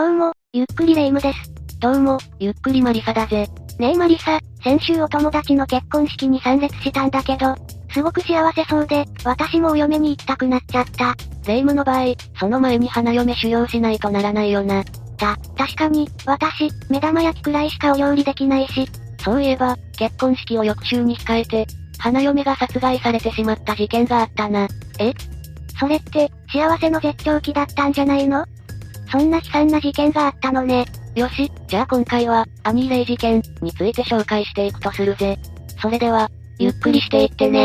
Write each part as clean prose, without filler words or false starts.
どうも、ゆっくりレ夢ムです。 どうも、ゆっくりマリサだぜ。 ねえマリサ、先週お友達の結婚式に参列したんだけど、すごく幸せそうで、私もお嫁に行きたくなっちゃった。 レ夢ムの場合、その前に花嫁修行しないとならないよな。 確かに、私、目玉焼きくらいしかお料理できないし。 そういえば、結婚式を翌週に控えて、花嫁が殺害されてしまった事件があったな。 それって、幸せの絶頂期だったんじゃないの？そんな悲惨な事件があったのね。 よし、じゃあ今回は、アニーレイ事件について紹介していくとするぜ。それでは、ゆっくりしていってね。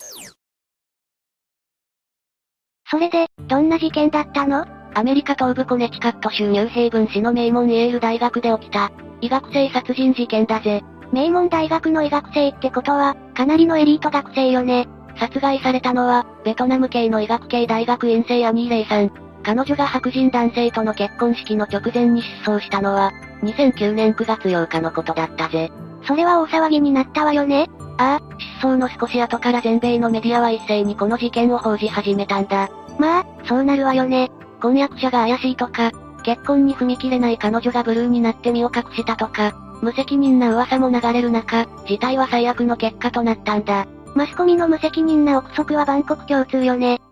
それで、どんな事件だったの？ アメリカ東部コネチカット州ニューヘイブン市の名門イェール大学で起きた、医学生殺人事件だぜ。 名門大学の医学生ってことは、かなりのエリート学生よね。 殺害されたのは、ベトナム系の医学系大学院生アニーレイさん。彼女が白人男性との結婚式の直前に失踪したのは、2009年9月8日のことだったぜ。 それは大騒ぎになったわよね。 ああ、失踪の少し後から全米のメディアは一斉にこの事件を報じ始めたんだ。 まあ、そうなるわよね。 婚約者が怪しいとか、結婚に踏み切れない彼女がブルーになって身を隠したとか、無責任な噂も流れる中、事態は最悪の結果となったんだ。 マスコミの無責任な憶測は万国共通よね。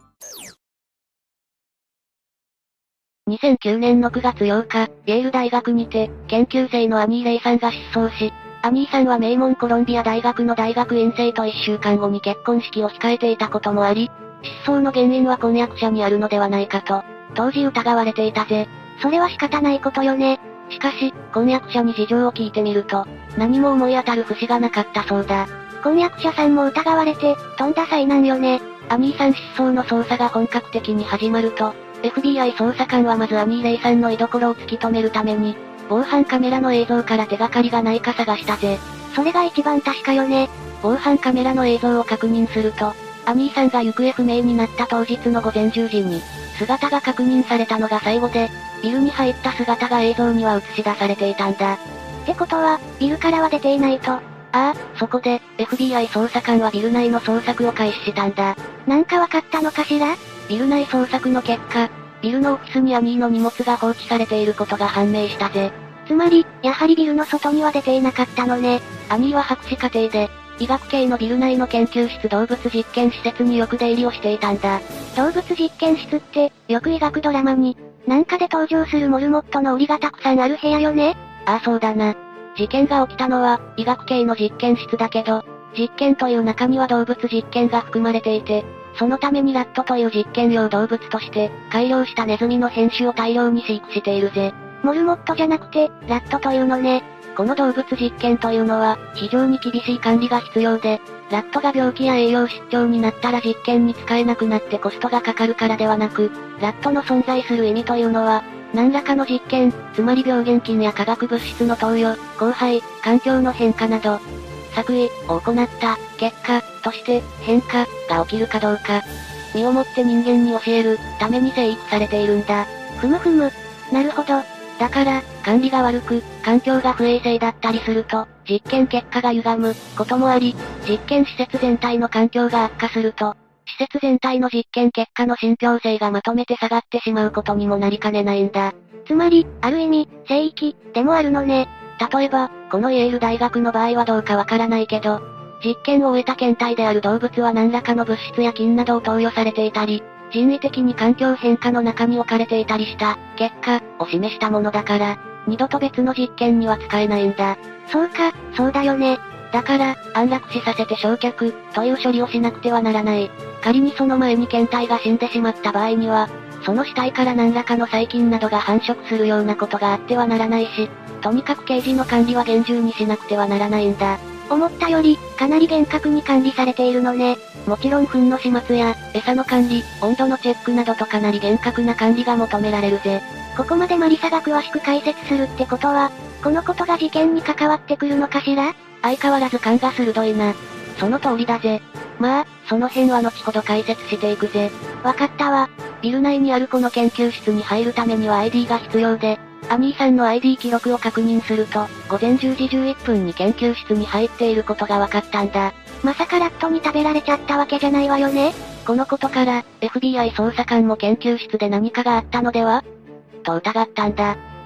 2009年の9月8日、イェール大学にて、研究生のアニー・レイさんが失踪し、アニーさんは名門コロンビア大学の大学院生と1週間後に結婚式を控えていたこともあり、失踪の原因は婚約者にあるのではないかと、当時疑われていたぜ。 それは仕方ないことよね。 しかし、婚約者に事情を聞いてみると、何も思い当たる節がなかったそうだ。 婚約者さんも疑われて、とんだ災難よね。 アニーさん失踪の捜査が本格的に始まると、FBI 捜査官はまずアニー・レイさんの居所を突き止めるために、防犯カメラの映像から手がかりがないか探したぜ。 それが一番確かよね。 防犯カメラの映像を確認すると、アニーさんが行方不明になった当日の午前10時に、姿が確認されたのが最後で、ビルに入った姿が映像には映し出されていたんだ。 ってことは、ビルからは出ていないと。 ああ、そこで、FBI 捜査官はビル内の捜索を開始したんだ。 なんかわかったのかしら？ ビル内捜索の結果、ビルのオフィスにアニーの荷物が放置されていることが判明したぜ。 つまり、やはりビルの外には出ていなかったのね。 アニーは博士課程で、医学系のビル内の研究室動物実験施設によく出入りをしていたんだ。 動物実験室って、よく医学ドラマに、なんかで登場するモルモットの檻がたくさんある部屋よね。 ああそうだな。事件が起きたのは、医学系の実験室だけど、実験という中には動物実験が含まれていて、そのためにラットという実験用動物として、改良したネズミの変種を大量に飼育しているぜ。 モルモットじゃなくて、ラットというのね。 この動物実験というのは、非常に厳しい管理が必要で、ラットが病気や栄養失調になったら実験に使えなくなってコストがかかるからではなく、ラットの存在する意味というのは、何らかの実験、つまり病原菌や化学物質の投与、交配、環境の変化など、作為を行った結果として変化が起きるかどうか、身をもって人間に教えるために生育されているんだ。 ふむふむ。なるほど。 だから、管理が悪く、環境が不衛生だったりすると、実験結果が歪むこともあり、実験施設全体の環境が悪化すると、施設全体の実験結果の信憑性がまとめて下がってしまうことにもなりかねないんだ。 つまり、ある意味、聖域でもあるのね。 例えば、このイェール大学の場合はどうかわからないけど、実験を終えた検体である動物は何らかの物質や菌などを投与されていたり、人為的に環境変化の中に置かれていたりした結果を示したものだから、二度と別の実験には使えないんだ。 そうか、そうだよね。 だから、安楽死させて焼却という処理をしなくてはならない。仮にその前に検体が死んでしまった場合には、その死体から何らかの細菌などが繁殖するようなことがあってはならないし、とにかくケージの管理は厳重にしなくてはならないんだ。 思ったより、かなり厳格に管理されているのね。 もちろん糞の始末や、餌の管理、温度のチェックなどとかなり厳格な管理が求められるぜ。 ここまでマリサが詳しく解説するってことは、このことが事件に関わってくるのかしら？ 相変わらず勘が鋭いな。その通りだぜ。まあ、その辺は後ほど解説していくぜ。 わかったわ。 ビル内にあるこの研究室に入るためには ID が必要で、アニーさんの ID 記録を確認すると、午前10時11分に研究室に入っていることが分かったんだ。 まさかラットに食べられちゃったわけじゃないわよね？ このことから、FBI 捜査官も研究室で何かがあったのではと疑ったんだ。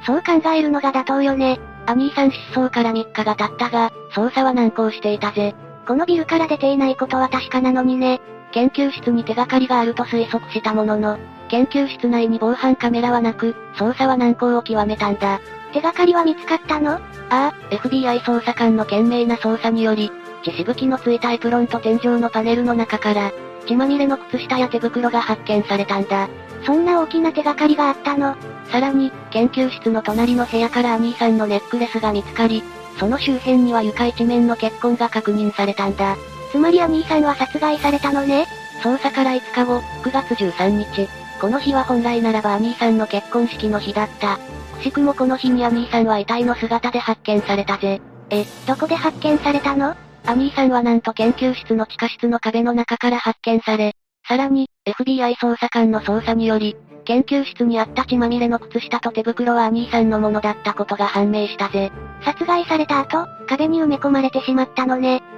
そう考えるのが妥当よね。 兄さん失踪から3日が経ったが、捜査は難航していたぜ。 このビルから出ていないことは確かなのにね。 研究室に手がかりがあると推測したものの、研究室内に防犯カメラはなく、捜査は難航を極めたんだ。 手がかりは見つかったの？ ああ、FBI 捜査官の懸命な捜査により、血しぶきのついたエプロンと天井のパネルの中から、血まみれの靴下や手袋が発見されたんだ。 そんな大きな手がかりがあったの？ さらに、研究室の隣の部屋から兄さんのネックレスが見つかり、その周辺には床一面の血痕が確認されたんだ。 つまり兄さんは殺害されたのね。 捜査から5日後、9月13日。この日は本来ならば兄さんの結婚式の日だった。くしくもこの日に兄さんは遺体の姿で発見されたぜ。 どこで発見されたの？ 兄さんはなんと研究室の地下室の壁の中から発見され、さらに、FBI 捜査官の捜査により、研究室にあった血まみれの靴下と手袋は兄さんのものだったことが判明したぜ。 殺害された後、壁に埋め込まれてしまったのね。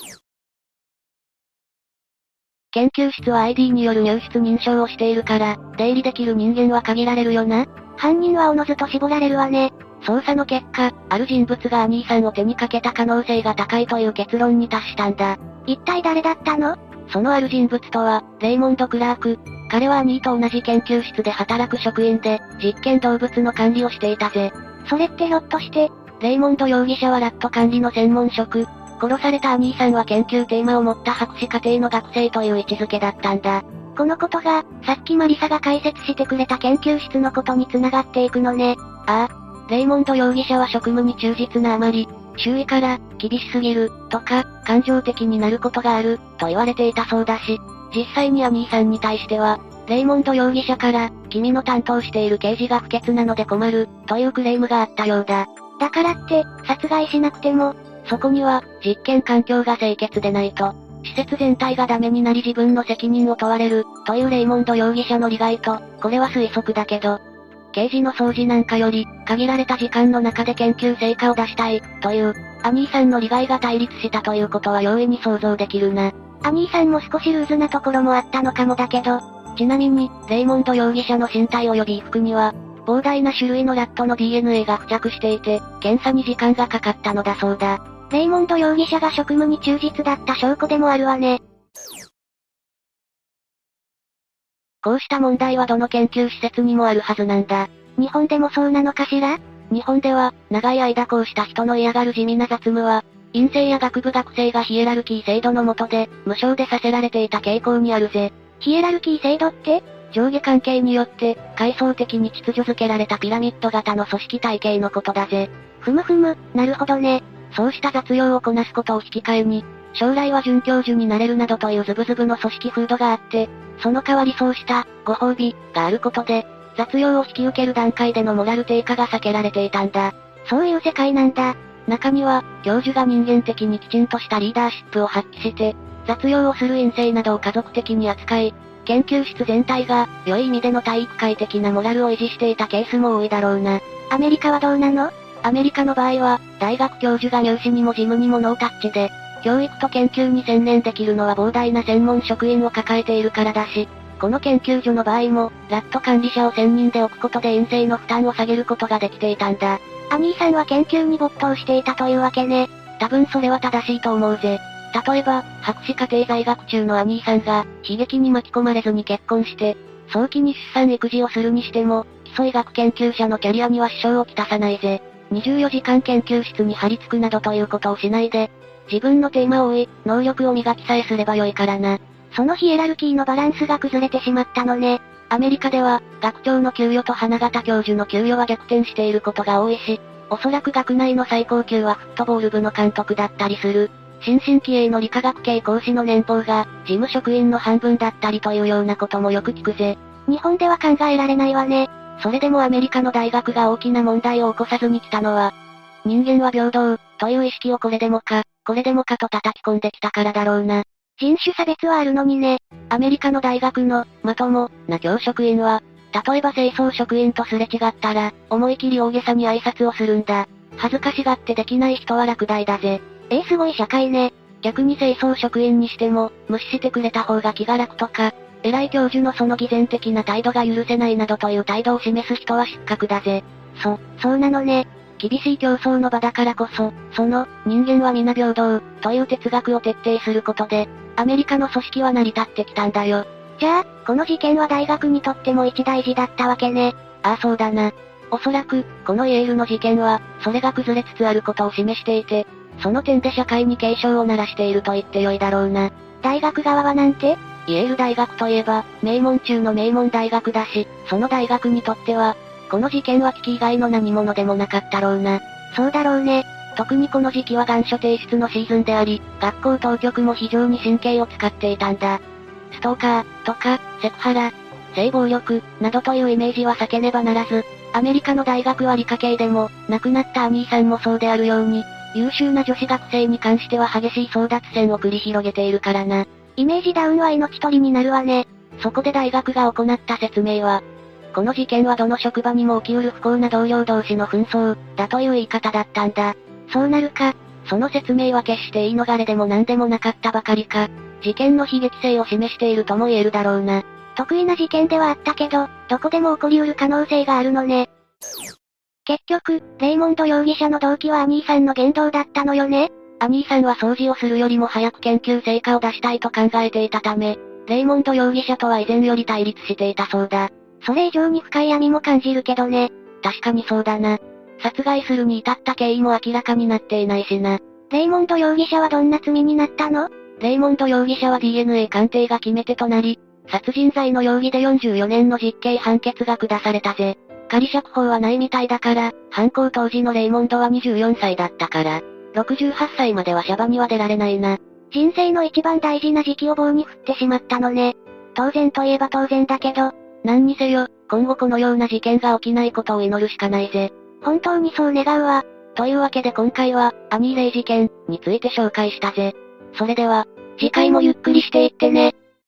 研究室は ID による入室認証をしているから、出入りできる人間は限られるよな。 犯人はおのずと絞られるわね。 捜査の結果、ある人物が兄さんを手にかけた可能性が高いという結論に達したんだ。 一体誰だったの？ そのある人物とは、レイモンド・クラーク。彼は兄と同じ研究室で働く職員で、実験動物の管理をしていたぜ。 それってひょっとして、 レイモンド容疑者はラット管理の専門職。殺された兄さんは研究テーマを持った博士課程の学生という位置づけだったんだ。 このことが、さっきマリサが解説してくれた研究室のことに繋がっていくのね。 ああ。レイモンド容疑者は職務に忠実なあまり、周囲から、厳しすぎる、とか、感情的になることがある、と言われていたそうだし、実際に兄さんに対しては、レイモンド容疑者から、君の担当している刑事が不潔なので困る、というクレームがあったようだ。 だからって、殺害しなくても、 そこには、実験環境が清潔でないと、施設全体がダメになり自分の責任を問われる、というレイモンド容疑者の利害と、これは推測だけど、刑事の掃除なんかより、限られた時間の中で研究成果を出したい、という、兄さんの利害が対立したということは容易に想像できるな。 兄さんも少しルーズなところもあったのかもだけど、 ちなみに、レイモンド容疑者の身体及び衣服には、膨大な種類のラットの DNA が付着していて、検査に時間がかかったのだそうだ。 レイモンド容疑者が職務に忠実だった証拠でもあるわね。 こうした問題はどの研究施設にもあるはずなんだ。 日本でもそうなのかしら？ 日本では、長い間こうした人の嫌がる地味な雑務は、院生や学部学生がヒエラルキー制度の下で、無償でさせられていた傾向にあるぜ。 ヒエラルキー制度って？ 上下関係によって、階層的に秩序づけられたピラミッド型の組織体系のことだぜ。 ふむふむ、なるほどね。 そうした雑用をこなすことを引き換えに、将来は准教授になれるなどというズブズブの組織風土があって、その代わりそうした、ご褒美、があることで、雑用を引き受ける段階でのモラル低下が避けられていたんだ。 そういう世界なんだ。 中には、教授が人間的にきちんとしたリーダーシップを発揮して、雑用をする院生などを家族的に扱い、研究室全体が、良い意味での体育会的なモラルを維持していたケースも多いだろうな。 アメリカはどうなの？ アメリカの場合は、大学教授が入試にも事務にもノータッチで、教育と研究に専念できるのは膨大な専門職員を抱えているからだし、この研究所の場合も、ラット管理者を専任で置くことで院生の負担を下げることができていたんだ。 兄さんは研究に没頭していたというわけね。 多分それは正しいと思うぜ。例えば、博士課程在学中の兄さんが、悲劇に巻き込まれずに結婚して、早期に出産育児をするにしても、基礎医学研究者のキャリアには支障をきたさないぜ。24時間研究室に張り付くなどということをしないで、自分のテーマを追い、能力を磨きさえすればよいからな。 そのヒエラルキーのバランスが崩れてしまったのね。 アメリカでは、学長の給与と花形教授の給与は逆転していることが多いし、おそらく学内の最高級はフットボール部の監督だったりする。新進気鋭の理化学系講師の年俸が、事務職員の半分だったりというようなこともよく聞くぜ。 日本では考えられないわね。 それでもアメリカの大学が大きな問題を起こさずに来たのは、人間は平等、という意識をこれでもかと叩き込んできたからだろうな。 人種差別はあるのにね。 アメリカの大学の、まとも、な教職員は、例えば清掃職員とすれ違ったら、思い切り大げさに挨拶をするんだ。恥ずかしがってできない人は落第だぜ。 すごい社会ね。 逆に清掃職員にしても、無視してくれた方が気が楽とか、偉い教授のその偽善的な態度が許せないなどという態度を示す人は失格だぜ。 そうなのね。 厳しい競争の場だからこそ、人間は皆平等、という哲学を徹底することで、アメリカの組織は成り立ってきたんだよ。 じゃあ、この事件は大学にとっても一大事だったわけね。 ああそうだな。おそらく、このイェールの事件は、それが崩れつつあることを示していて、その点で社会に警鐘を鳴らしていると言ってよいだろうな。 大学側はなんて？ イェール大学といえば、名門中の名門大学だし、その大学にとっては、この事件は危機以外の何者でもなかったろうな。 そうだろうね。 特にこの時期は願書提出のシーズンであり、学校当局も非常に神経を使っていたんだ。ストーカー、とか、セクハラ、性暴力、などというイメージは避けねばならず、アメリカの大学は理科系でも、亡くなったアニーさんもそうであるように、優秀な女子学生に関しては激しい争奪戦を繰り広げているからな。 イメージダウンは命取りになるわね。 そこで大学が行った説明は、この事件はどの職場にも起きうる不幸な同僚同士の紛争、だという言い方だったんだ。 そうなるか。 その説明は決して言い逃れでも何でもなかったばかりか、事件の悲劇性を示しているとも言えるだろうな。 得意な事件ではあったけど、どこでも起こりうる可能性があるのね。結局、レイモンド容疑者の動機はアニーさんの言動だったのよね？ アニーさんは掃除をするよりも早く研究成果を出したいと考えていたため、レイモンド容疑者とは以前より対立していたそうだ。 それ以上に深い闇も感じるけどね。 確かにそうだな。殺害するに至った経緯も明らかになっていないしな。 レイモンド容疑者はどんな罪になったの？ レイモンド容疑者は DNA 鑑定が決め手となり、殺人罪の容疑で44年の実刑判決が下されたぜ。仮釈放はないみたいだから、犯行当時のレイモンドは24歳だったから、68歳まではシャバには出られないな。 人生の一番大事な時期を棒に振ってしまったのね。当然といえば当然だけど、 何にせよ、今後このような事件が起きないことを祈るしかないぜ。 本当にそう願うわ。 というわけで今回は、アニー・レイ事件について紹介したぜ。それでは、次回もゆっくりしていってね。